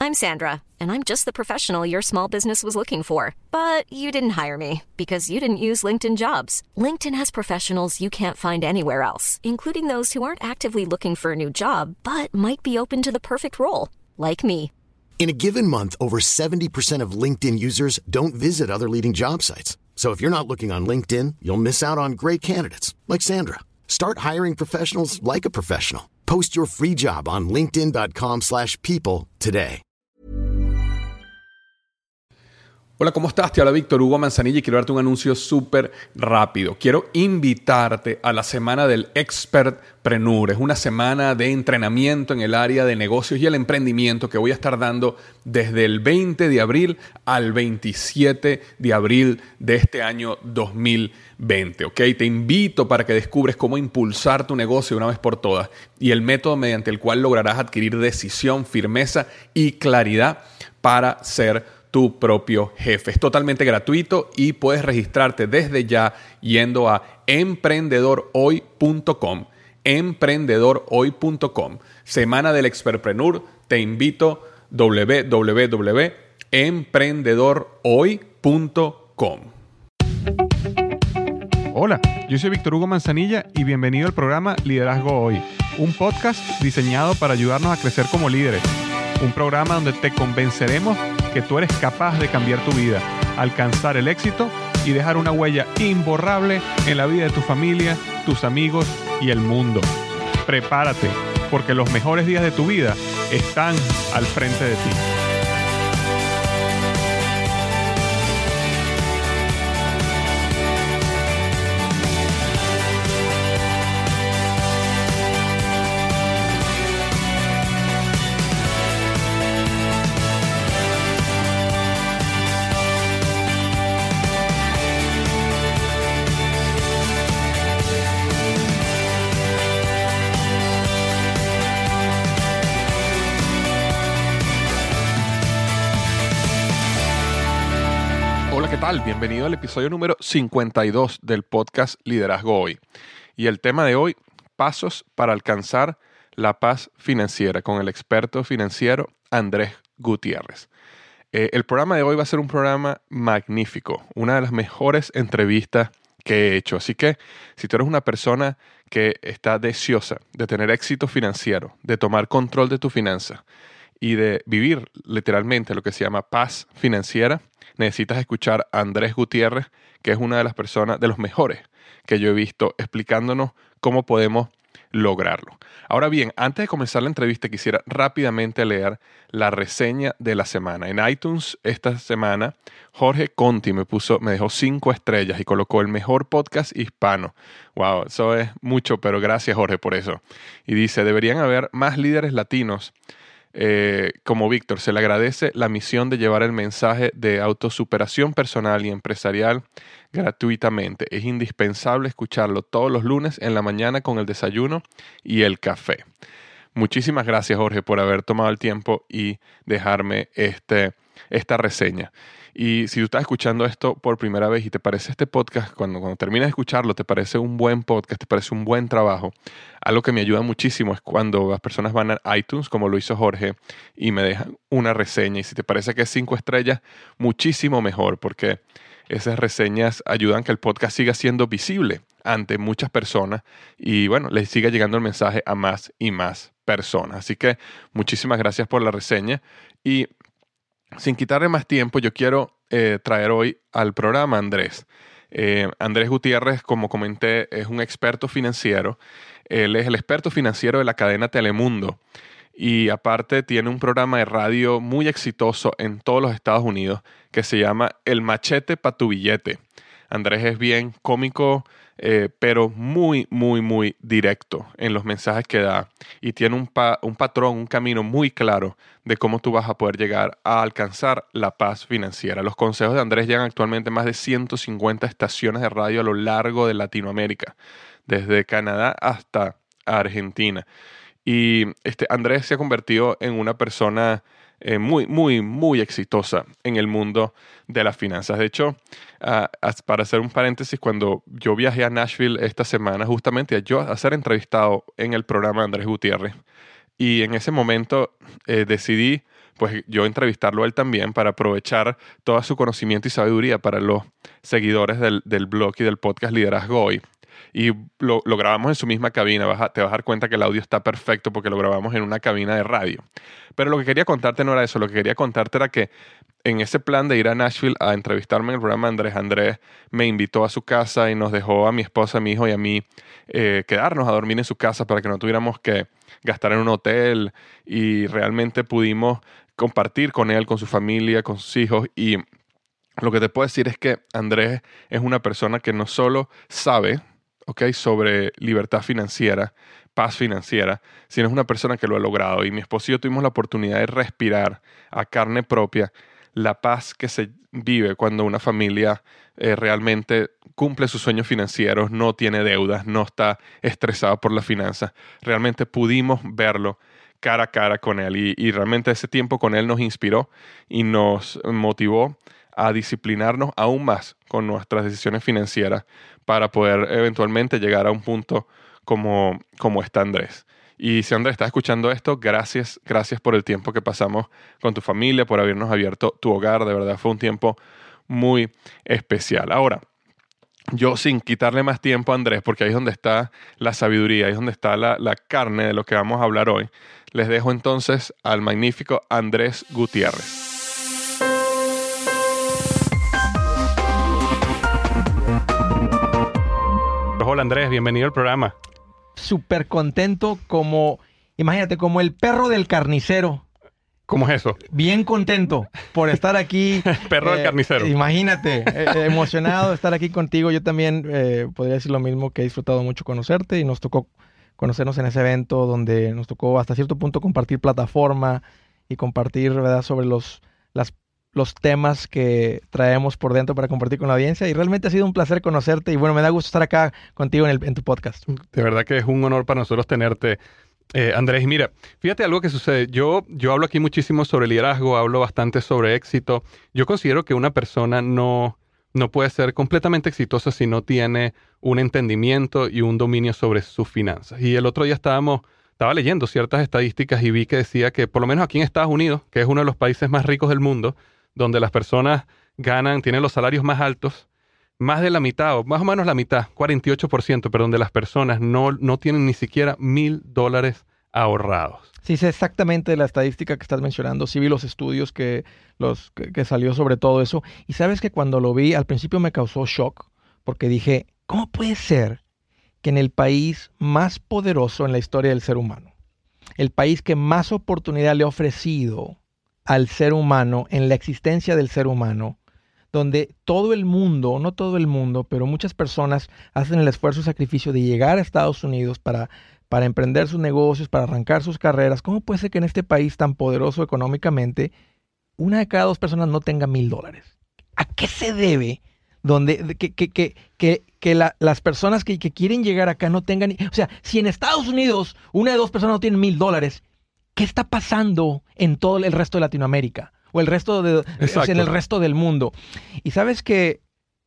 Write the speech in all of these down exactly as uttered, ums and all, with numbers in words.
I'm Sandra, and I'm just the professional your small business was looking for. But you didn't hire me because you didn't use LinkedIn Jobs. LinkedIn has professionals you can't find anywhere else, including those who aren't actively looking for a new job, but might be open to the perfect role, like me. In a given month, over seventy percent of LinkedIn users don't visit other leading job sites. So if you're not looking on LinkedIn, you'll miss out on great candidates like Sandra. Start hiring professionals like a professional. Post your free job on linkedin dot com slash people today. Hola, ¿cómo estás? Te habla Víctor Hugo Manzanilla y quiero darte un anuncio súper rápido. Quiero invitarte a la semana del Expertpreneur. Es una semana de entrenamiento en el área de negocios y el emprendimiento que voy a estar dando desde el veinte de abril al veintisiete de abril de este año dos mil veinte. ¿Ok? Te invito para que descubres cómo impulsar tu negocio de una vez por todas y el método mediante el cual lograrás adquirir decisión, firmeza y claridad para ser tu propio jefe. Es totalmente gratuito y puedes registrarte desde ya yendo a emprendedor hoy punto com. emprendedor hoy punto com. Semana del Expertpreneur. Te invito w w w punto emprendedor hoy punto com. Hola, yo soy Víctor Hugo Manzanilla y bienvenido al programa Liderazgo Hoy, un podcast diseñado para ayudarnos a crecer como líderes. Un programa donde te convenceremos que tú eres capaz de cambiar tu vida, alcanzar el éxito y dejar una huella imborrable en la vida de tu familia, tus amigos y el mundo. Prepárate, porque los mejores días de tu vida están al frente de ti. ¿Qué tal? Bienvenido al episodio número cincuenta y dos del podcast Liderazgo Hoy. Y el tema de hoy, pasos para alcanzar la paz financiera, con el experto financiero Andrés Gutiérrez. Eh, el programa de hoy va a ser un programa magnífico, una de las mejores entrevistas que he hecho. Así que si tú eres una persona que está deseosa de tener éxito financiero, de tomar control de tu finanza y de vivir literalmente lo que se llama paz financiera, necesitas escuchar a Andrés Gutiérrez, que es una de las personas, de los mejores que yo he visto, explicándonos cómo podemos lograrlo. Ahora bien, antes de comenzar la entrevista, quisiera rápidamente leer la reseña de la semana. En iTunes esta semana, Jorge Conti me puso, me dejó cinco estrellas y colocó el mejor podcast hispano. Wow, eso es mucho, pero gracias Jorge por eso. Y dice, deberían haber más líderes latinos Eh, como Víctor. Se le agradece la misión de llevar el mensaje de autosuperación personal y empresarial gratuitamente. Es indispensable escucharlo todos los lunes en la mañana con el desayuno y el café. Muchísimas gracias, Jorge, por haber tomado el tiempo y dejarme este, esta reseña. Y si tú estás escuchando esto por primera vez y te parece este podcast, cuando, cuando terminas de escucharlo, te parece un buen podcast, te parece un buen trabajo, algo que me ayuda muchísimo es cuando las personas van a iTunes, como lo hizo Jorge, y me dejan una reseña. Y si te parece que es cinco estrellas, muchísimo mejor, porque esas reseñas ayudan a que el podcast siga siendo visible ante muchas personas y, bueno, les siga llegando el mensaje a más y más personas. Así que muchísimas gracias por la reseña. Y sin quitarle más tiempo, yo quiero eh, traer hoy al programa a Andrés. Eh, Andrés Gutiérrez, como comenté, es un experto financiero. Él es el experto financiero de la cadena Telemundo. Y aparte tiene un programa de radio muy exitoso en todos los Estados Unidos que se llama El Machete pa' tu billete. Andrés es bien cómico, eh, pero muy, muy, muy directo en los mensajes que da. Y tiene un, pa- un patrón, un camino muy claro de cómo tú vas a poder llegar a alcanzar la paz financiera. Los consejos de Andrés llegan actualmente a más de ciento cincuenta estaciones de radio a lo largo de Latinoamérica, desde Canadá hasta Argentina. Y este Andrés se ha convertido en una persona eh, muy, muy, muy exitosa en el mundo de las finanzas. De hecho, uh, para hacer un paréntesis, cuando yo viajé a Nashville esta semana, justamente yo a ser entrevistado en el programa de Andrés Gutiérrez, y en ese momento eh, decidí pues yo entrevistarlo a él también para aprovechar todo su conocimiento y sabiduría para los seguidores del, del blog y del podcast Liderazgo Hoy. Y lo, lo grabamos en su misma cabina. Vas a, te vas a dar cuenta que el audio está perfecto porque lo grabamos en una cabina de radio. Pero lo que quería contarte no era eso. Lo que quería contarte era que en ese plan de ir a Nashville a entrevistarme en el programa Andrés, Andrés me invitó a su casa y nos dejó a mi esposa, a mi hijo y a mí eh, quedarnos a dormir en su casa para que no tuviéramos que gastar en un hotel, y realmente pudimos compartir con él, con su familia, con sus hijos. Y lo que te puedo decir es que Andrés es una persona que no solo sabe, okay, sobre libertad financiera, paz financiera, sino es una persona que lo ha logrado. Y mi esposo y yo tuvimos la oportunidad de respirar a carne propia la paz que se vive cuando una familia eh, realmente cumple sus sueños financieros, no tiene deudas, no está estresado por las finanzas. Realmente pudimos verlo cara a cara con él, y, y realmente ese tiempo con él nos inspiró y nos motivó a disciplinarnos aún más con nuestras decisiones financieras para poder eventualmente llegar a un punto como, como está Andrés. Y si Andrés estás escuchando esto, gracias, gracias por el tiempo que pasamos con tu familia, por habernos abierto tu hogar. De verdad fue un tiempo muy especial. Ahora, yo sin quitarle más tiempo a Andrés, porque ahí es donde está la sabiduría, ahí es donde está la, la carne de lo que vamos a hablar hoy, les dejo entonces al magnífico Andrés Gutiérrez. Hola Andrés, bienvenido al programa. Súper contento, como, imagínate, como el perro del carnicero. ¿Cómo es eso? Bien contento por estar aquí. Perro eh, del carnicero. Imagínate, eh, emocionado de estar aquí contigo. Yo también eh, podría decir lo mismo, que he disfrutado mucho conocerte, y nos tocó conocernos en ese evento donde nos tocó hasta cierto punto compartir plataforma y compartir, ¿verdad?, sobre los, las, los temas que traemos por dentro para compartir con la audiencia. Y realmente ha sido un placer conocerte, y bueno, me da gusto estar acá contigo en, el, en tu podcast. De verdad que es un honor para nosotros tenerte, eh, Andrés. Y mira, fíjate algo que sucede. Yo, yo hablo aquí muchísimo sobre liderazgo, hablo bastante sobre éxito. Yo considero que una persona no, no puede ser completamente exitosa si no tiene un entendimiento y un dominio sobre sus finanzas. Y el otro día estábamos, estaba leyendo ciertas estadísticas y vi que decía que por lo menos aquí en Estados Unidos, que es uno de los países más ricos del mundo, donde las personas ganan, tienen los salarios más altos, más de la mitad, o más o menos la mitad, cuarenta y ocho por ciento, pero donde las personas no, no tienen ni siquiera mil dólares ahorrados. Sí, sé exactamente la estadística que estás mencionando. Sí vi los estudios que, los, que, que salió sobre todo eso. Y sabes que cuando lo vi, al principio me causó shock, porque dije, ¿cómo puede ser que en el país más poderoso en la historia del ser humano, el país que más oportunidad le ha ofrecido al ser humano, en la existencia del ser humano, donde todo el mundo, no todo el mundo, pero muchas personas hacen el esfuerzo y sacrificio de llegar a Estados Unidos para, para emprender sus negocios, para arrancar sus carreras? ¿Cómo puede ser que en este país tan poderoso económicamente, una de cada dos personas no tenga mil dólares? ¿A qué se debe? Donde, que, que, que, que, que la, las personas que, que quieren llegar acá no tengan... O sea, si en Estados Unidos una de dos personas no tienen mil dólares, ¿qué está pasando en todo el resto de Latinoamérica? O el resto de, o sea, en el resto del mundo. Y sabes que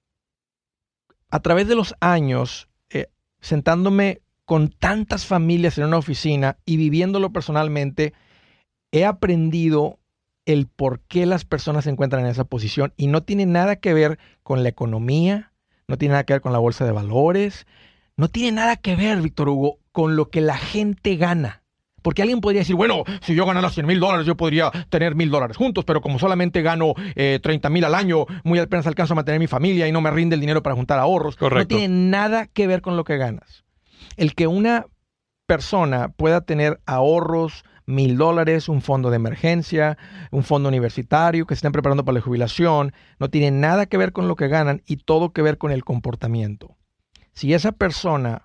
a través de los años, eh, sentándome con tantas familias en una oficina y viviéndolo personalmente, he aprendido el por qué las personas se encuentran en esa posición. Y no tiene nada que ver con la economía, no tiene nada que ver con la bolsa de valores, no tiene nada que ver, Víctor Hugo, con lo que la gente gana. Porque alguien podría decir, bueno, si yo ganara cien mil dólares, yo podría tener mil dólares juntos, pero como solamente gano eh, treinta mil al año, muy apenas alcanzo a mantener mi familia y no me rinde el dinero para juntar ahorros. Correcto. No tiene nada que ver con lo que ganas. El que una persona pueda tener ahorros, mil dólares, un fondo de emergencia, un fondo universitario, que se estén preparando para la jubilación, no tiene nada que ver con lo que ganan y todo que ver con el comportamiento. Si esa persona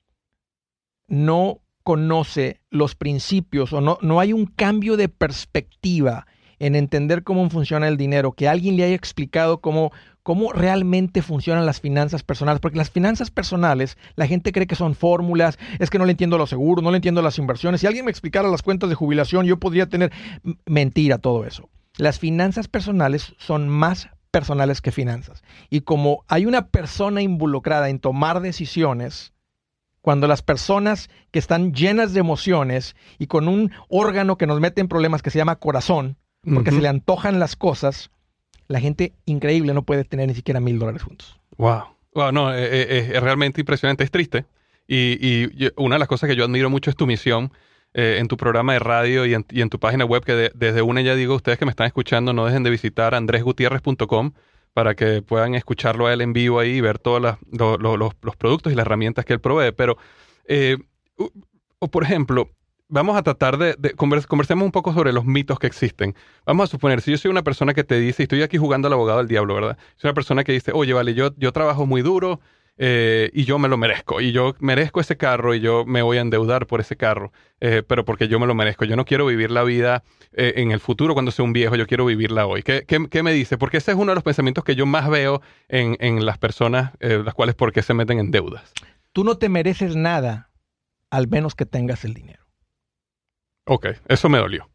no conoce los principios o no, no hay un cambio de perspectiva en entender cómo funciona el dinero, que alguien le haya explicado cómo, cómo realmente funcionan las finanzas personales, porque las finanzas personales, la gente cree que son fórmulas, es que no le entiendo los seguros, no le entiendo las inversiones. Si alguien me explicara las cuentas de jubilación, yo podría tener... Mentira todo eso. Las finanzas personales son más personales que finanzas. Y como hay una persona involucrada en tomar decisiones, cuando las personas que están llenas de emociones y con un órgano que nos mete en problemas que se llama corazón, Porque Ujú. se le antojan las cosas. La gente increíble no puede tener ni siquiera mil dólares juntos. Wow. Wow, no, eh, eh, es realmente impresionante, es triste. Y, y yo- una de las cosas que yo admiro mucho es tu misión eh, en tu programa de radio y en, y en tu página web, que de- desde una ya digo, ustedes que me están escuchando, no dejen de visitar andres gutierrez punto com para que puedan escucharlo a él en vivo ahí y ver todos las- lo- lo- los, los productos y las herramientas que él provee. Pero, eh, u- o por ejemplo, vamos a tratar de, de convers- conversemos un poco sobre los mitos que existen. Vamos a suponer, si yo soy una persona que te dice, y estoy aquí jugando al abogado del diablo, ¿verdad? Soy una persona que dice, oye, vale, yo, yo trabajo muy duro eh, y yo me lo merezco. Y yo merezco ese carro y yo me voy a endeudar por ese carro, eh, pero porque yo me lo merezco. Yo no quiero vivir la vida eh, en el futuro cuando sea un viejo, yo quiero vivirla hoy. ¿Qué, qué, qué me dice? Porque ese es uno de los pensamientos que yo más veo en, en las personas, eh, las cuales por qué se meten en deudas. Tú no te mereces nada al menos que tengas el dinero. Ok, eso me dolió.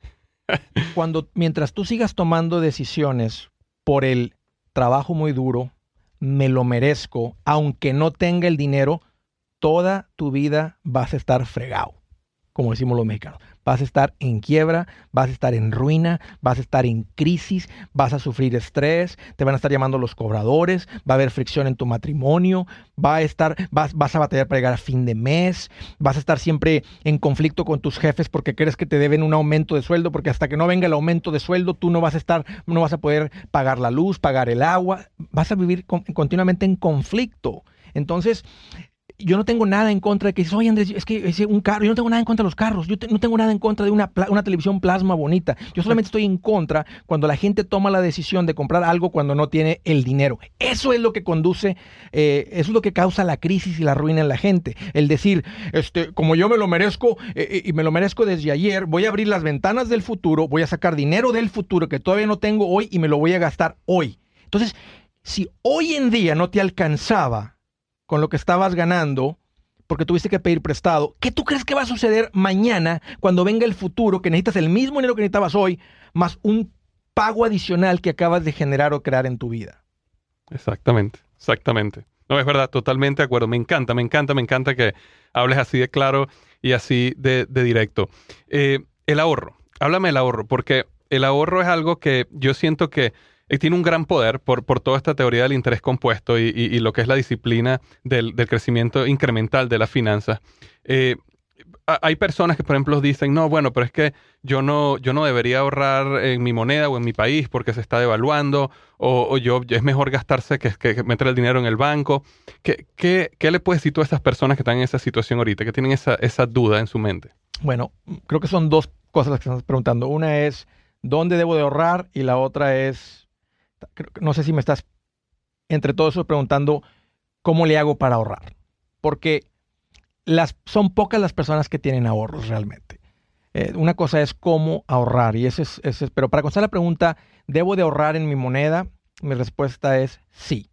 Cuando, mientras tú sigas tomando decisiones por el trabajo muy duro, me lo merezco, aunque no tenga el dinero, toda tu vida vas a estar fregado, como decimos los mexicanos. Vas a estar en quiebra, vas a estar en ruina, vas a estar en crisis, vas a sufrir estrés, te van a estar llamando los cobradores, va a haber fricción en tu matrimonio, va a estar, vas, vas a batallar para llegar a fin de mes, vas a estar siempre en conflicto con tus jefes porque crees que te deben un aumento de sueldo, porque hasta que no venga el aumento de sueldo tú no vas a estar, no vas a poder pagar la luz, pagar el agua, vas a vivir con, continuamente en conflicto. Entonces, yo no tengo nada en contra de que dices, oye Andrés, es que es un carro, yo no tengo nada en contra de los carros, yo te, no tengo nada en contra de una, pla- una televisión plasma bonita. Yo solamente estoy en contra cuando la gente toma la decisión de comprar algo cuando no tiene el dinero. Eso es lo que conduce, eh, eso es lo que causa la crisis y la ruina en la gente. El decir, este, como yo me lo merezco eh, y me lo merezco desde ayer, voy a abrir las ventanas del futuro, voy a sacar dinero del futuro que todavía no tengo hoy y me lo voy a gastar hoy. Entonces, si hoy en día no te alcanzaba con lo que estabas ganando, porque tuviste que pedir prestado, ¿qué tú crees que va a suceder mañana cuando venga el futuro, que necesitas el mismo dinero que necesitabas hoy, más un pago adicional que acabas de generar o crear en tu vida? Exactamente, exactamente. No, es verdad, totalmente de acuerdo. Me encanta, me encanta, me encanta que hables así de claro y así de, de directo. Eh, el ahorro, háblame del ahorro, porque el ahorro es algo que yo siento que eh, tiene un gran poder por, por toda esta teoría del interés compuesto y, y- y lo que es la disciplina del, del crecimiento incremental de las finanzas. Eh, a- hay personas que, por ejemplo, dicen, no, bueno, pero es que yo no, yo no debería ahorrar en mi moneda o en mi país porque se está devaluando, o, o yo es mejor gastarse que, que- que meter el dinero en el banco. ¿Qué, qué, qué le puedes decir tú a esas personas que están en esa situación ahorita, que tienen esa, esa duda en su mente? Bueno, creo que son dos cosas las que estás preguntando. Una es, ¿dónde debo de ahorrar? Y la otra es, creo que- no sé si me estás, entre todo eso, preguntando, ¿cómo le hago para ahorrar? Porque las, son pocas las personas que tienen ahorros realmente. Eh, una cosa es cómo ahorrar, y ese es, ese es- pero para contestar la pregunta, ¿debo de ahorrar en mi moneda? Mi respuesta es sí.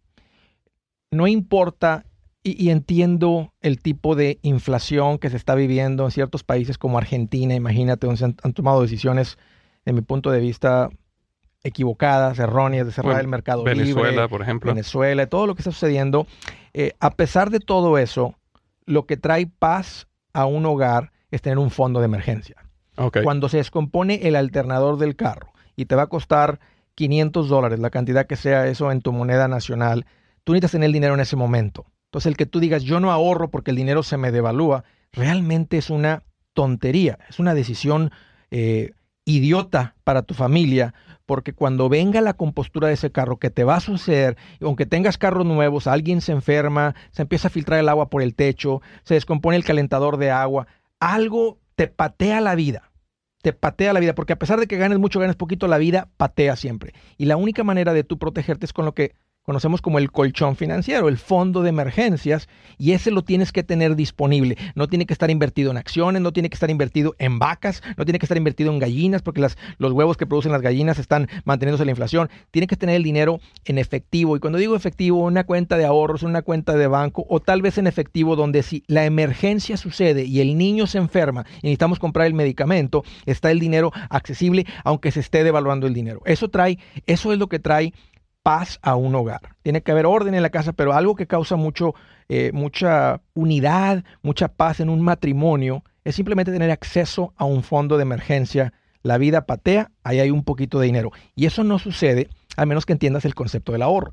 No importa, y, y entiendo el tipo de inflación que se está viviendo en ciertos países como Argentina, imagínate, donde se han, han tomado decisiones, en mi punto de vista, equivocadas, erróneas, de cerrar Bueno, el mercado Venezuela, libre, por ejemplo. Venezuela, todo lo que está sucediendo. Eh, a pesar de todo eso, lo que trae paz a un hogar es tener un fondo de emergencia. Ok. Cuando se descompone el alternador del carro y te va a costar quinientos dólares, la cantidad que sea eso en tu moneda nacional, tú necesitas tener el dinero en ese momento. Entonces, el que tú digas, yo no ahorro porque el dinero se me devalúa, realmente es una tontería, es una decisión eh, idiota para tu familia, porque cuando venga la compostura de ese carro, que te va a suceder, aunque tengas carros nuevos, alguien se enferma, se empieza a filtrar el agua por el techo, se descompone el calentador de agua, algo te patea la vida, te patea la vida, porque a pesar de que ganes mucho, ganes poquito, la vida patea siempre. Y la única manera de tú protegerte es con lo que conocemos como el colchón financiero, el fondo de emergencias, y ese lo tienes que tener disponible. No tiene que estar invertido en acciones, no tiene que estar invertido en vacas, no tiene que estar invertido en gallinas, porque las, los huevos que producen las gallinas están manteniéndose la inflación. Tiene que tener el dinero en efectivo, y cuando digo efectivo, una cuenta de ahorros, una cuenta de banco, o tal vez en efectivo, donde si la emergencia sucede y el niño se enferma y necesitamos comprar el medicamento, está el dinero accesible, aunque se esté devaluando el dinero. Eso trae, eso es lo que trae paz a un hogar. Tiene que haber orden en la casa, pero algo que causa mucho, eh, mucha unidad, mucha paz en un matrimonio, es simplemente tener acceso a un fondo de emergencia la vida patea, ahí hay un poquito de dinero. Y eso no sucede a menos que entiendas el concepto del ahorro.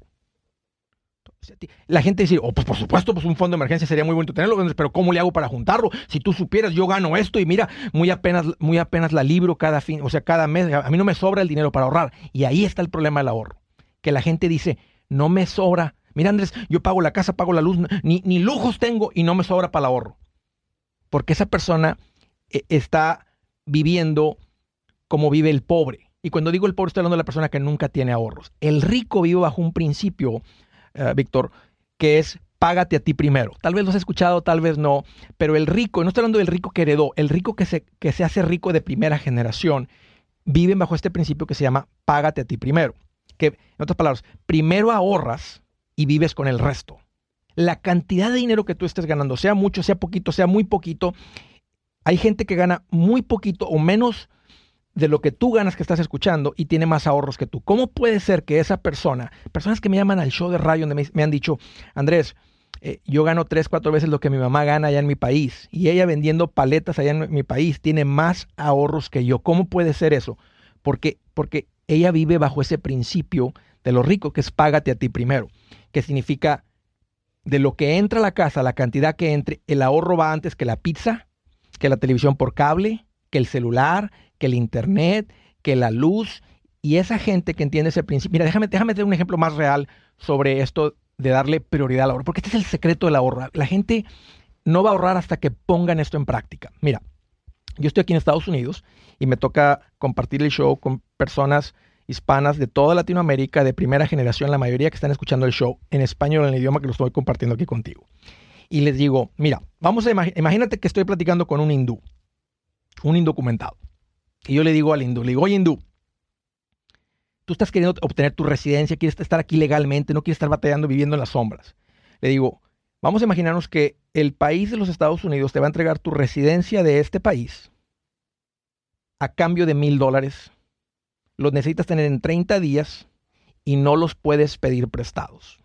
La gente dice, oh, pues por supuesto, pues un fondo de emergencia sería muy bonito tenerlo, pero ¿cómo le hago para juntarlo? Si tú supieras, yo gano esto y mira, muy apenas, muy apenas la libro cada fin, o sea, cada mes, a mí no me sobra el dinero para ahorrar. Y ahí está el problema del ahorro, que la gente dice, no me sobra. Mira, Andrés, yo pago la casa, pago la luz, ni, ni lujos tengo y no me sobra para el ahorro. Porque esa persona eh, está viviendo como vive el pobre. Y cuando digo el pobre, estoy hablando de la persona que nunca tiene ahorros. El rico vive bajo un principio, Uh, Víctor, que es págate a ti primero. Tal vez lo has escuchado, tal vez no, pero el rico, y no estoy hablando del rico que heredó, el rico que se, que se hace rico de primera generación, vive bajo este principio que se llama págate a ti primero. Que, en otras palabras, primero ahorras y vives con el resto. La cantidad de dinero que tú estés ganando, sea mucho, sea poquito, sea muy poquito, hay gente que gana muy poquito o menos de lo que tú ganas que estás escuchando y tiene más ahorros que tú. ¿Cómo puede ser que esa persona, personas que me llaman al show de radio donde me, me han dicho, Andrés, eh, yo gano tres, cuatro veces lo que mi mamá gana allá en mi país y ella vendiendo paletas allá en mi país tiene más ahorros que yo? ¿Cómo puede ser eso? Porque, porque ella vive bajo ese principio de lo rico que es págate a ti primero, que significa de lo que entra a la casa, la cantidad que entre, el ahorro va antes que la pizza, que la televisión por cable, que el celular, que el internet, que la luz. Y esa gente que entiende ese principio, mira, déjame, déjame tener un ejemplo más real sobre esto de darle prioridad al ahorro, porque este es el secreto del ahorro. La gente no va a ahorrar hasta que pongan esto en práctica. Mira, yo estoy aquí en Estados Unidos y me toca compartir el show con personas hispanas de toda Latinoamérica, de primera generación, la mayoría que están escuchando el show en español, en el idioma que lo estoy compartiendo aquí contigo. Y les digo, mira, vamos a imag- imagínate que estoy platicando con un hindú, un indocumentado. Y yo le digo al hindú, le digo, oye hindú, tú estás queriendo obtener tu residencia, quieres estar aquí legalmente, no quieres estar batallando, viviendo en las sombras. Le digo, vamos a imaginarnos que el país de los Estados Unidos te va a entregar tu residencia de este país a cambio de mil dólares. Los necesitas tener en treinta días y no los puedes pedir prestados.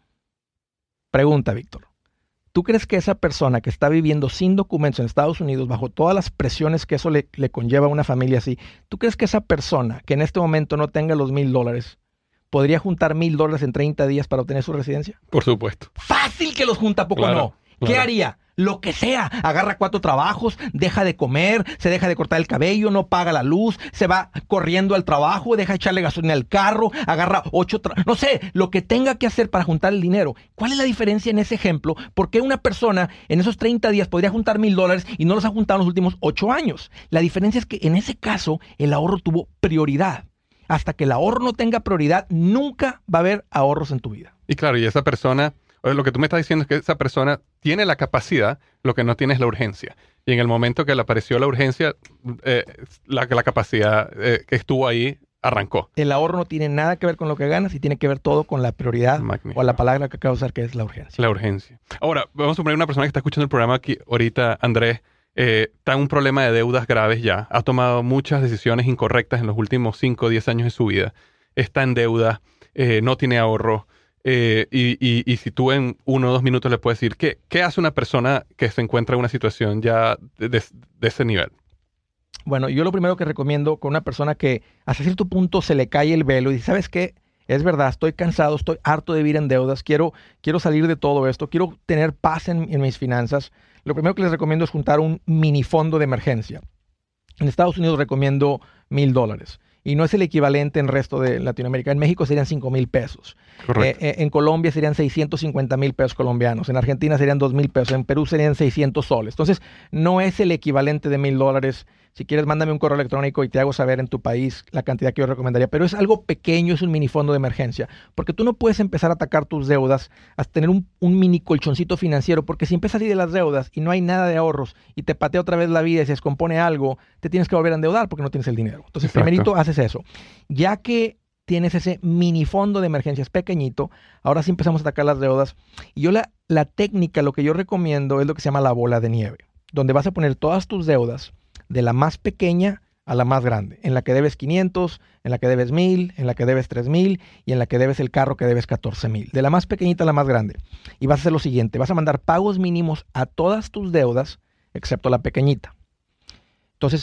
Pregunta, Víctor. ¿Tú crees que esa persona que está viviendo sin documentos en Estados Unidos, bajo todas las presiones que eso le, le conlleva a una familia así, ¿tú crees que esa persona que en este momento no tenga los mil dólares, podría juntar mil dólares en treinta días para obtener su residencia? Por supuesto. Fácil que los junta, poco Claro, no. ¿Qué claro. haría? Lo que sea. Agarra cuatro trabajos, deja de comer, se deja de cortar el cabello, no paga la luz, se va corriendo al trabajo, deja de echarle gasolina al carro, agarra ocho... Tra- no sé, lo que tenga que hacer para juntar el dinero. ¿Cuál es la diferencia en ese ejemplo? ¿Por qué una persona en esos treinta días podría juntar mil dólares y no los ha juntado en los últimos ocho años? La diferencia es que en ese caso el ahorro tuvo prioridad. Hasta que el ahorro no tenga prioridad, nunca va a haber ahorros en tu vida. Y claro, y esa persona, o lo que tú me estás diciendo es que esa persona tiene la capacidad, lo que no tiene es la urgencia. Y en el momento que le apareció la urgencia, eh, la, la capacidad eh, que estuvo ahí arrancó. El ahorro no tiene nada que ver con lo que ganas y tiene que ver todo con la prioridad Magnífico. o la palabra que acabo de usar, que es la urgencia. La urgencia. Ahora, vamos a suponer una persona que está escuchando el programa aquí ahorita, Andrés, eh, está en un problema de deudas graves ya. Ha tomado muchas decisiones incorrectas en los últimos cinco o diez años de su vida. Está en deuda, eh, no tiene ahorro. Eh, y, y, y si tú en uno o dos minutos le puedes decir, ¿qué, qué hace una persona que se encuentra en una situación ya de, de, de ese nivel? Bueno, yo lo primero que recomiendo con una persona que hasta cierto punto se le cae el velo y dice, ¿sabes qué? Es verdad, estoy cansado, estoy harto de vivir en deudas, quiero, quiero salir de todo esto, quiero tener paz en, en mis finanzas. Lo primero que les recomiendo es juntar un mini fondo de emergencia. En Estados Unidos recomiendo mil dólares. Y no es el equivalente en el resto de Latinoamérica. En México serían cinco mil pesos. Correcto. Eh, eh, en Colombia serían seiscientos cincuenta mil pesos colombianos. En Argentina serían dos mil pesos. En Perú serían seiscientos soles. Entonces, no es el equivalente de mil dólares. Si quieres, mándame un correo electrónico y te hago saber en tu país la cantidad que yo recomendaría. Pero es algo pequeño, es un mini fondo de emergencia. Porque tú no puedes empezar a atacar tus deudas hasta tener un, un mini colchoncito financiero. Porque si empiezas a salir de las deudas y no hay nada de ahorros y te patea otra vez la vida y se descompone algo, te tienes que volver a endeudar porque no tienes el dinero. Entonces, Exacto. primerito haces eso. Ya que tienes ese mini fondo de emergencias pequeñito, ahora sí empezamos a atacar las deudas. Y yo la, la técnica, lo que yo recomiendo es lo que se llama la bola de nieve, donde vas a poner todas tus deudas de la más pequeña a la más grande, en la que debes quinientos, en la que debes mil, en la que debes tres mil y en la que debes el carro que debes catorce mil. De la más pequeñita a la más grande. Y vas a hacer lo siguiente, vas a mandar pagos mínimos a todas tus deudas, excepto la pequeñita. Entonces,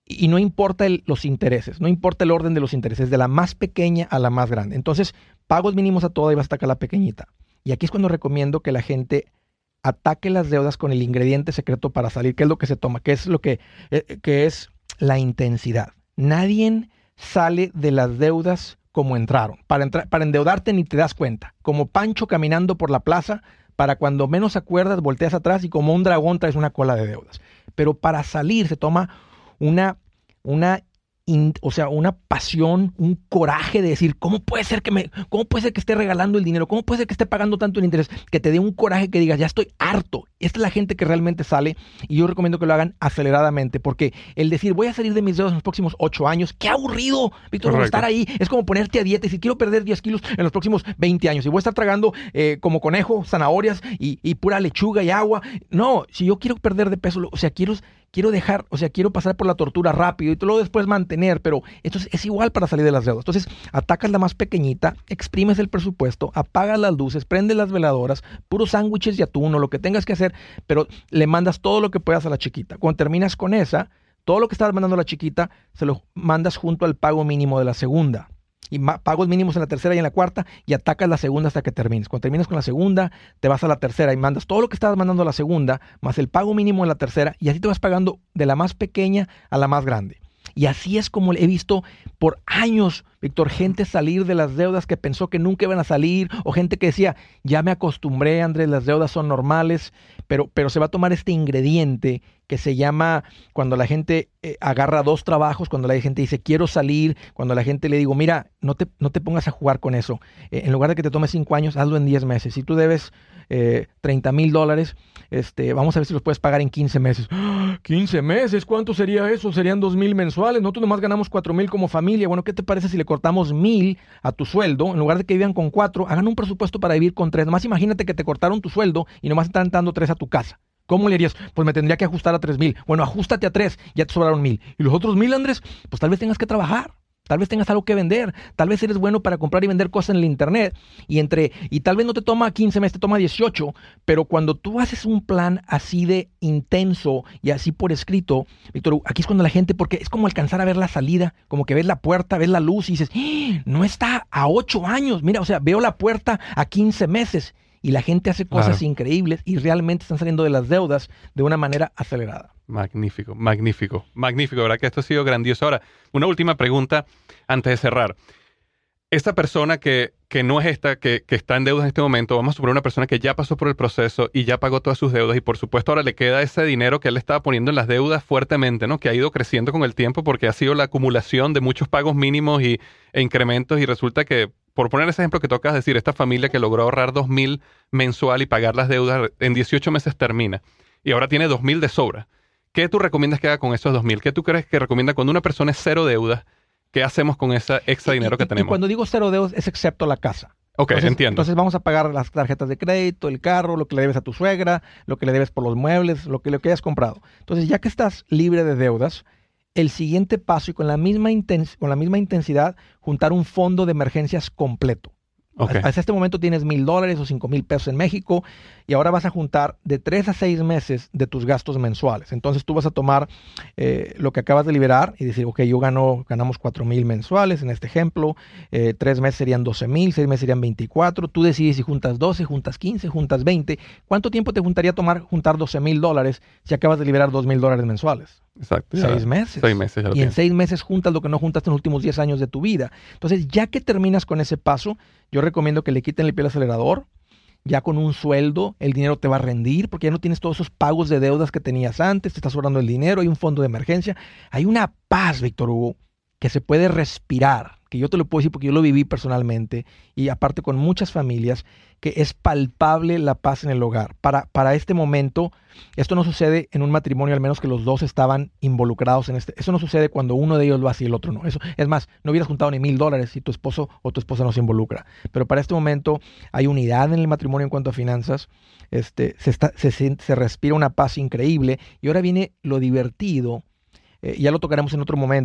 y no importa el, los intereses, no importa el orden de los intereses, de la más pequeña a la más grande. Entonces, pagos mínimos a toda y vas a atacar la pequeñita. Y aquí es cuando recomiendo que la gente ataque las deudas con el ingrediente secreto para salir, que es lo que se toma, que es lo que, eh, que es la intensidad. Nadie sale de las deudas como entraron. Para, entrar, para endeudarte ni te das cuenta. Como Pancho caminando por la plaza, para cuando menos acuerdas, volteas atrás y como un dragón traes una cola de deudas. Pero para salir se toma una, una, in, o sea, una pasión, un coraje de decir, ¿cómo puede ser que me, cómo puede ser que esté regalando el dinero? ¿Cómo puede ser que esté pagando tanto en interés? Que te dé un coraje que digas, ya estoy harto. Esta es la gente que realmente sale y yo recomiendo que lo hagan aceleradamente porque el decir, voy a salir de mis deudas en los próximos ocho años, qué aburrido, Víctor, estar ahí. Es como ponerte a dieta y decir, quiero perder diez kilos en los próximos veinte años y voy a estar tragando eh, como conejo, zanahorias y, y pura lechuga y agua. No, si yo quiero perder de peso, o sea, quiero... Quiero dejar, o sea, quiero pasar por la tortura rápido y luego después mantener, pero entonces es igual para salir de las deudas. Entonces, atacas la más pequeñita, exprimes el presupuesto, apagas las luces, prendes las veladoras, puros sándwiches y atún o lo que tengas que hacer, pero le mandas todo lo que puedas a la chiquita. Cuando terminas con esa, todo lo que estás mandando a la chiquita, se lo mandas junto al pago mínimo de la segunda. Y pagos mínimos en la tercera y en la cuarta y atacas la segunda hasta que termines. Cuando terminas con la segunda, te vas a la tercera y mandas todo lo que estabas mandando a la segunda, más el pago mínimo en la tercera, y así te vas pagando de la más pequeña a la más grande. Y así es como he visto por años, Víctor, gente salir de las deudas que pensó que nunca iban a salir, o gente que decía, ya me acostumbré, Andrés, las deudas son normales, pero, pero se va a tomar este ingrediente que se llama, cuando la gente eh, agarra dos trabajos, cuando la gente dice, quiero salir, cuando la gente le digo, mira, no te, no te pongas a jugar con eso. Eh, en lugar de que te tome cinco años, hazlo en diez meses. Si tú debes eh, treinta mil dólares, este, vamos a ver si los puedes pagar en quince meses. quince meses, ¿cuánto sería eso? Serían dos mil mensuales. Nosotros nomás ganamos cuatro mil como familia. Bueno, ¿qué te parece si le cortamos mil a tu sueldo? En lugar de que vivan con cuatro, hagan un presupuesto para vivir con tres. Nomás imagínate que te cortaron tu sueldo y nomás están dando tres a tu casa. ¿Cómo le harías? Pues me tendría que ajustar a tres mil. Bueno, ajustate a tres, ya te sobraron mil. ¿Y los otros mil, Andrés? Pues tal vez tengas que trabajar. Tal vez tengas algo que vender. Tal vez eres bueno para comprar y vender cosas en el internet. Y entre y tal vez no te toma quince meses, te toma dieciocho. Pero cuando tú haces un plan así de intenso y así por escrito, Víctor, aquí es cuando la gente, porque es como alcanzar a ver la salida, como que ves la puerta, ves la luz y dices, ¡ah! No está a ocho años. Mira, o sea, veo la puerta a quince meses. Y la gente hace cosas claro. increíbles y realmente están saliendo de las deudas de una manera acelerada. Magnífico, magnífico, magnífico. ¿Verdad que esto ha sido grandioso? Ahora, una última pregunta antes de cerrar. Esta persona que, que no es esta, que, que está en deudas en este momento, vamos a suponer una persona que ya pasó por el proceso y ya pagó todas sus deudas y por supuesto ahora le queda ese dinero que él estaba poniendo en las deudas fuertemente, ¿no? Que ha ido creciendo con el tiempo porque ha sido la acumulación de muchos pagos mínimos y, e incrementos y resulta que, por poner ese ejemplo que tocas decir, esta familia que logró ahorrar dos mil mensual y pagar las deudas en dieciocho meses termina y ahora tiene dos mil de sobra. ¿Qué tú recomiendas que haga con esos dos mil? ¿Qué tú crees que recomienda cuando una persona es cero deudas? ¿Qué hacemos con ese extra dinero y, que y, tenemos? Y cuando digo cero deudas es excepto la casa. Ok, entonces, entiendo. Entonces vamos a pagar las tarjetas de crédito, el carro, lo que le debes a tu suegra, lo que le debes por los muebles, lo que, lo que hayas comprado. Entonces ya que estás libre de deudas, el siguiente paso y con la misma, intens- con la misma intensidad, juntar un fondo de emergencias completo. Okay. Hasta este momento tienes mil dólares o cinco mil pesos en México y ahora vas a juntar de tres a seis meses de tus gastos mensuales. Entonces tú vas a tomar eh, lo que acabas de liberar y decir, ok, yo gano, ganamos cuatro mil mensuales en este ejemplo, eh, tres meses serían doce mil, seis meses serían veinticuatro. Tú decides si juntas doce, juntas quince, juntas veinte. ¿Cuánto tiempo te juntaría tomar juntar doce mil dólares si acabas de liberar dos mil dólares mensuales? Exacto. Seis ya, meses. Seis meses. Ya y en tienes. seis meses juntas lo que no juntaste en los últimos diez años de tu vida. Entonces, ya que terminas con ese paso, yo recomiendo que le quiten el pie al acelerador. Ya con un sueldo, el dinero te va a rendir porque ya no tienes todos esos pagos de deudas que tenías antes, te está sobrando el dinero, hay un fondo de emergencia. Hay una paz, Víctor Hugo, que se puede respirar, que yo te lo puedo decir porque yo lo viví personalmente y aparte con muchas familias, que es palpable la paz en el hogar. Para, para este momento, esto no sucede en un matrimonio, al menos que los dos estaban involucrados en este. Eso no sucede cuando uno de ellos lo hace y el otro no. Eso, es más, no hubieras juntado ni mil dólares si tu esposo o tu esposa no se involucra. Pero para este momento hay unidad en el matrimonio en cuanto a finanzas. Este, se, está, se, se respira una paz increíble. Y ahora viene lo divertido. Eh, ya lo tocaremos en otro momento.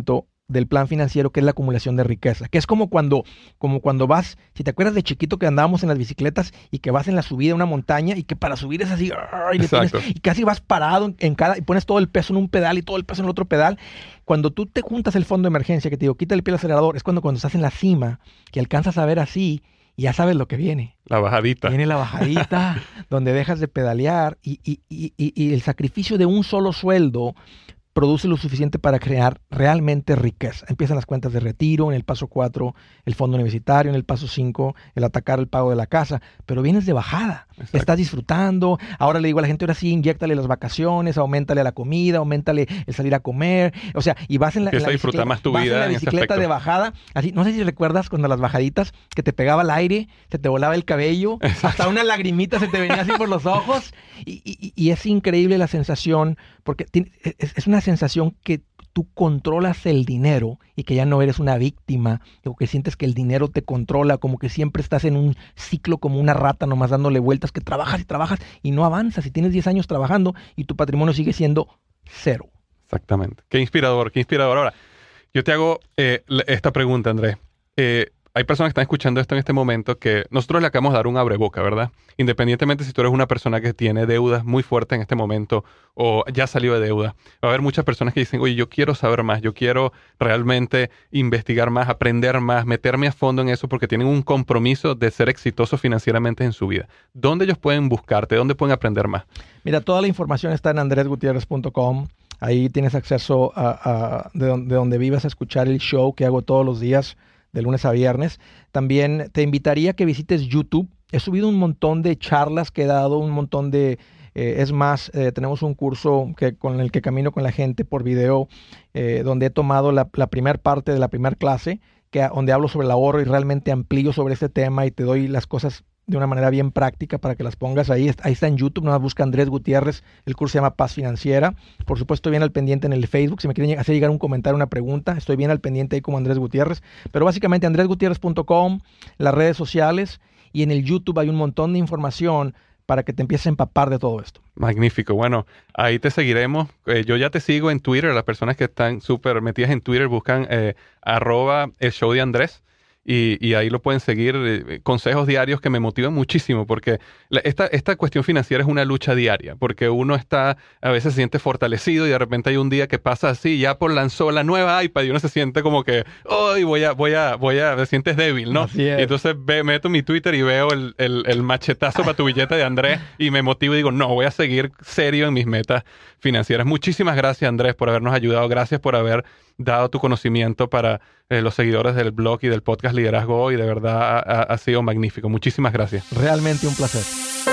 del plan financiero, que es la acumulación de riqueza, que es como cuando, como cuando vas, si te acuerdas de chiquito que andábamos en las bicicletas y que vas en la subida a una montaña y que para subir es así, y, le tienes, y casi vas parado en, en cada, y pones todo el peso en un pedal y todo el peso en el otro pedal. Cuando tú te juntas el fondo de emergencia, que te digo, quita el pie al acelerador, es cuando, cuando estás en la cima, que alcanzas a ver así y ya sabes lo que viene. La bajadita. Viene la bajadita, donde dejas de pedalear y, y, y, y, y el sacrificio de un solo sueldo produce lo suficiente para crear realmente riqueza. Empiezan las cuentas de retiro, en el paso cuatro, el fondo universitario, en el paso cinco, el atacar el pago de la casa, pero vienes de bajada. Exacto. Estás disfrutando. Ahora le digo a la gente, ahora sí, inyéctale las vacaciones, auméntale la comida, auméntale el salir a comer. O sea, y vas en la, en la bicicleta, más tu vas vida en la en bicicleta de bajada. Así, no sé si recuerdas cuando las bajaditas, que te pegaba el aire, se te volaba el cabello, exacto, hasta una lagrimita se te venía así por los ojos. Y, y, y es increíble la sensación, porque tiene, es, es una sensación que tú controlas el dinero y que ya no eres una víctima, o que sientes que el dinero te controla, como que siempre estás en un ciclo como una rata nomás dándole vueltas, que trabajas y trabajas y no avanzas, y tienes diez años trabajando y tu patrimonio sigue siendo cero. Exactamente. Qué inspirador, qué inspirador. Ahora, yo te hago eh, esta pregunta, Andrés. Eh, Hay personas que están escuchando esto en este momento que nosotros le acabamos de dar un abreboca, ¿verdad? Independientemente si tú eres una persona que tiene deudas muy fuertes en este momento o ya salió de deuda, va a haber muchas personas que dicen, oye, yo quiero saber más, yo quiero realmente investigar más, aprender más, meterme a fondo en eso porque tienen un compromiso de ser exitosos financieramente en su vida. ¿Dónde ellos pueden buscarte? ¿Dónde pueden aprender más? Mira, toda la información está en andres gutierrez punto com. Ahí tienes acceso a, a de, donde, de donde vivas a escuchar el show que hago todos los días, de lunes a viernes. También te invitaría a que visites YouTube. He subido un montón de charlas que he dado, un montón de... Eh, es más, eh, tenemos un curso que, con el que camino con la gente por video, eh, donde he tomado la, la primera parte de la primera clase, que, donde hablo sobre el ahorro y realmente amplío sobre este tema y te doy las cosas de una manera bien práctica para que las pongas ahí. Ahí está en YouTube, nada más busca Andrés Gutiérrez, el curso se llama Paz Financiera. Por supuesto, estoy bien al pendiente en el Facebook, si me quieren hacer llegar un comentario, una pregunta, estoy bien al pendiente ahí como Andrés Gutiérrez. Pero básicamente andres gutierrez punto com, las redes sociales, y en el YouTube hay un montón de información para que te empieces a empapar de todo esto. Magnífico. Bueno, ahí te seguiremos. Eh, yo ya te sigo en Twitter. Las personas que están súper metidas en Twitter buscan eh, arroba el show de Andrés. Y, y ahí lo pueden seguir, eh, consejos diarios que me motivan muchísimo, porque la, esta, esta cuestión financiera es una lucha diaria, porque uno está, a veces se siente fortalecido y de repente hay un día que pasa así, ya por lanzó la nueva iPad y uno se siente como que, ¡ay, voy a, voy a, voy a, te sientes débil, ¿no? Así es. Y entonces ve, meto mi Twitter y veo el, el, el machetazo para tu billete de Andrés y me motivo y digo, no, voy a seguir serio en mis metas financieras. Muchísimas gracias, Andrés, por habernos ayudado. Gracias por haber dado tu conocimiento para eh, los seguidores del blog y del podcast Liderazgo Hoy. De verdad ha, ha sido magnífico. Muchísimas gracias. Realmente un placer.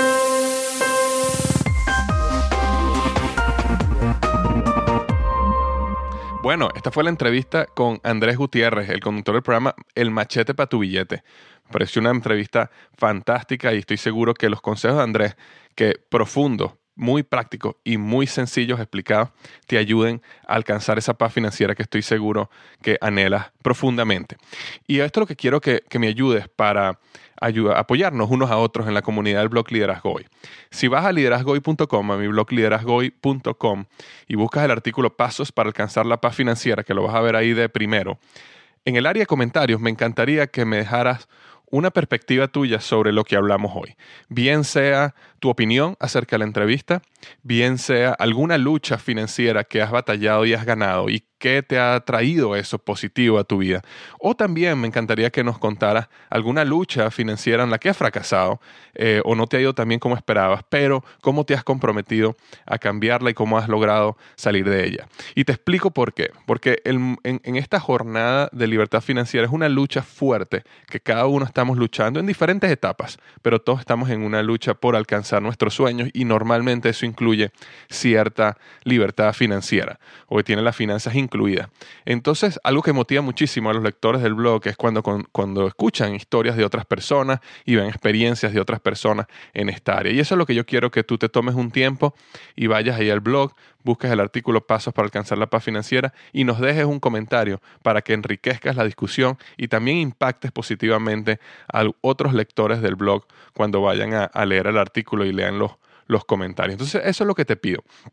Bueno, esta fue la entrevista con Andrés Gutiérrez, el conductor del programa El Machete para tu Billete. Me pareció una entrevista fantástica y estoy seguro que los consejos de Andrés, que profundos, muy prácticos y muy sencillos explicados, te ayuden a alcanzar esa paz financiera que estoy seguro que anhelas profundamente. Y esto es lo que quiero que, que me ayudes para ayuda, apoyarnos unos a otros en la comunidad del blog Liderazgo Hoy. Si vas a liderazgo hoy punto com, a mi blog liderazgo hoy punto com, y buscas el artículo Pasos para alcanzar la paz financiera, que lo vas a ver ahí de primero, en el área de comentarios me encantaría que me dejaras una perspectiva tuya sobre lo que hablamos hoy. Bien sea tu opinión acerca de la entrevista, bien sea alguna lucha financiera que has batallado y has ganado y qué te ha traído eso positivo a tu vida. O también me encantaría que nos contaras alguna lucha financiera en la que has fracasado eh, o no te ha ido tan bien como esperabas, pero cómo te has comprometido a cambiarla y cómo has logrado salir de ella. Y te explico por qué. Porque el, en, en esta jornada de libertad financiera es una lucha fuerte que cada uno estamos luchando en diferentes etapas, pero todos estamos en una lucha por alcanzar nuestros sueños y normalmente eso incluye cierta libertad financiera o que tiene las finanzas incluidas. Entonces, algo que motiva muchísimo a los lectores del blog es cuando, cuando escuchan historias de otras personas y ven experiencias de otras personas en esta área. Y eso es lo que yo quiero, que tú te tomes un tiempo y vayas ahí al blog, busques el artículo Pasos para alcanzar la paz financiera y nos dejes un comentario para que enriquezcas la discusión y también impactes positivamente a otros lectores del blog cuando vayan a, a leer el artículo y lean los, los comentarios. Entonces, eso es lo que te pido.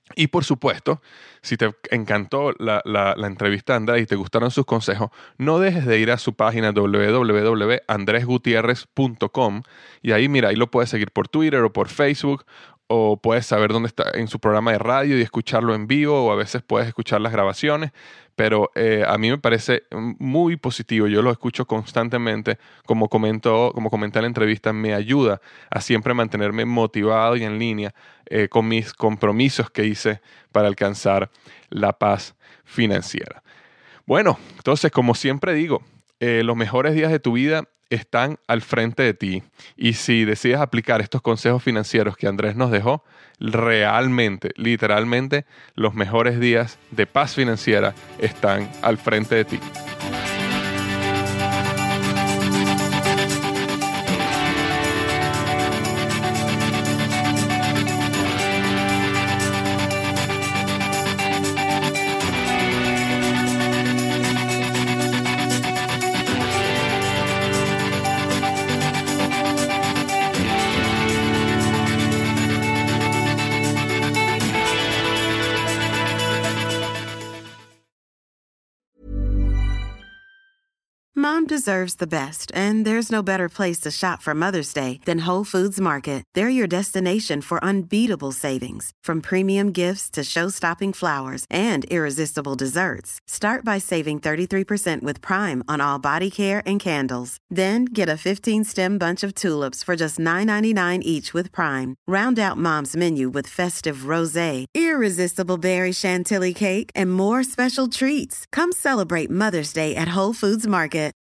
Y por supuesto, si te encantó la, la, la entrevista de Andrés y te gustaron sus consejos, no dejes de ir a su página doble u doble u doble u punto andres gutierrez punto com y ahí, mira, ahí lo puedes seguir por Twitter o por Facebook, o puedes saber dónde está en su programa de radio y escucharlo en vivo, o a veces puedes escuchar las grabaciones, pero eh, a mí me parece muy positivo. Yo lo escucho constantemente, como comentó, como comenté en la entrevista, me ayuda a siempre mantenerme motivado y en línea eh, con mis compromisos que hice para alcanzar la paz financiera. Bueno, entonces, como siempre digo, eh, los mejores días de tu vida están al frente de ti. Y si decides aplicar estos consejos financieros que Andrés nos dejó, realmente, literalmente, los mejores días de paz financiera están al frente de ti. Mom deserves the best, and there's no better place to shop for Mother's Day than Whole Foods Market. They're your destination for unbeatable savings, from premium gifts to show-stopping flowers and irresistible desserts. Start by saving thirty-three percent with Prime on all body care and candles. Then get a fifteen-stem bunch of tulips for just nine ninety-nine each with Prime. Round out Mom's menu with festive rosé, irresistible berry chantilly cake, and more special treats. Come celebrate Mother's Day at Whole Foods Market.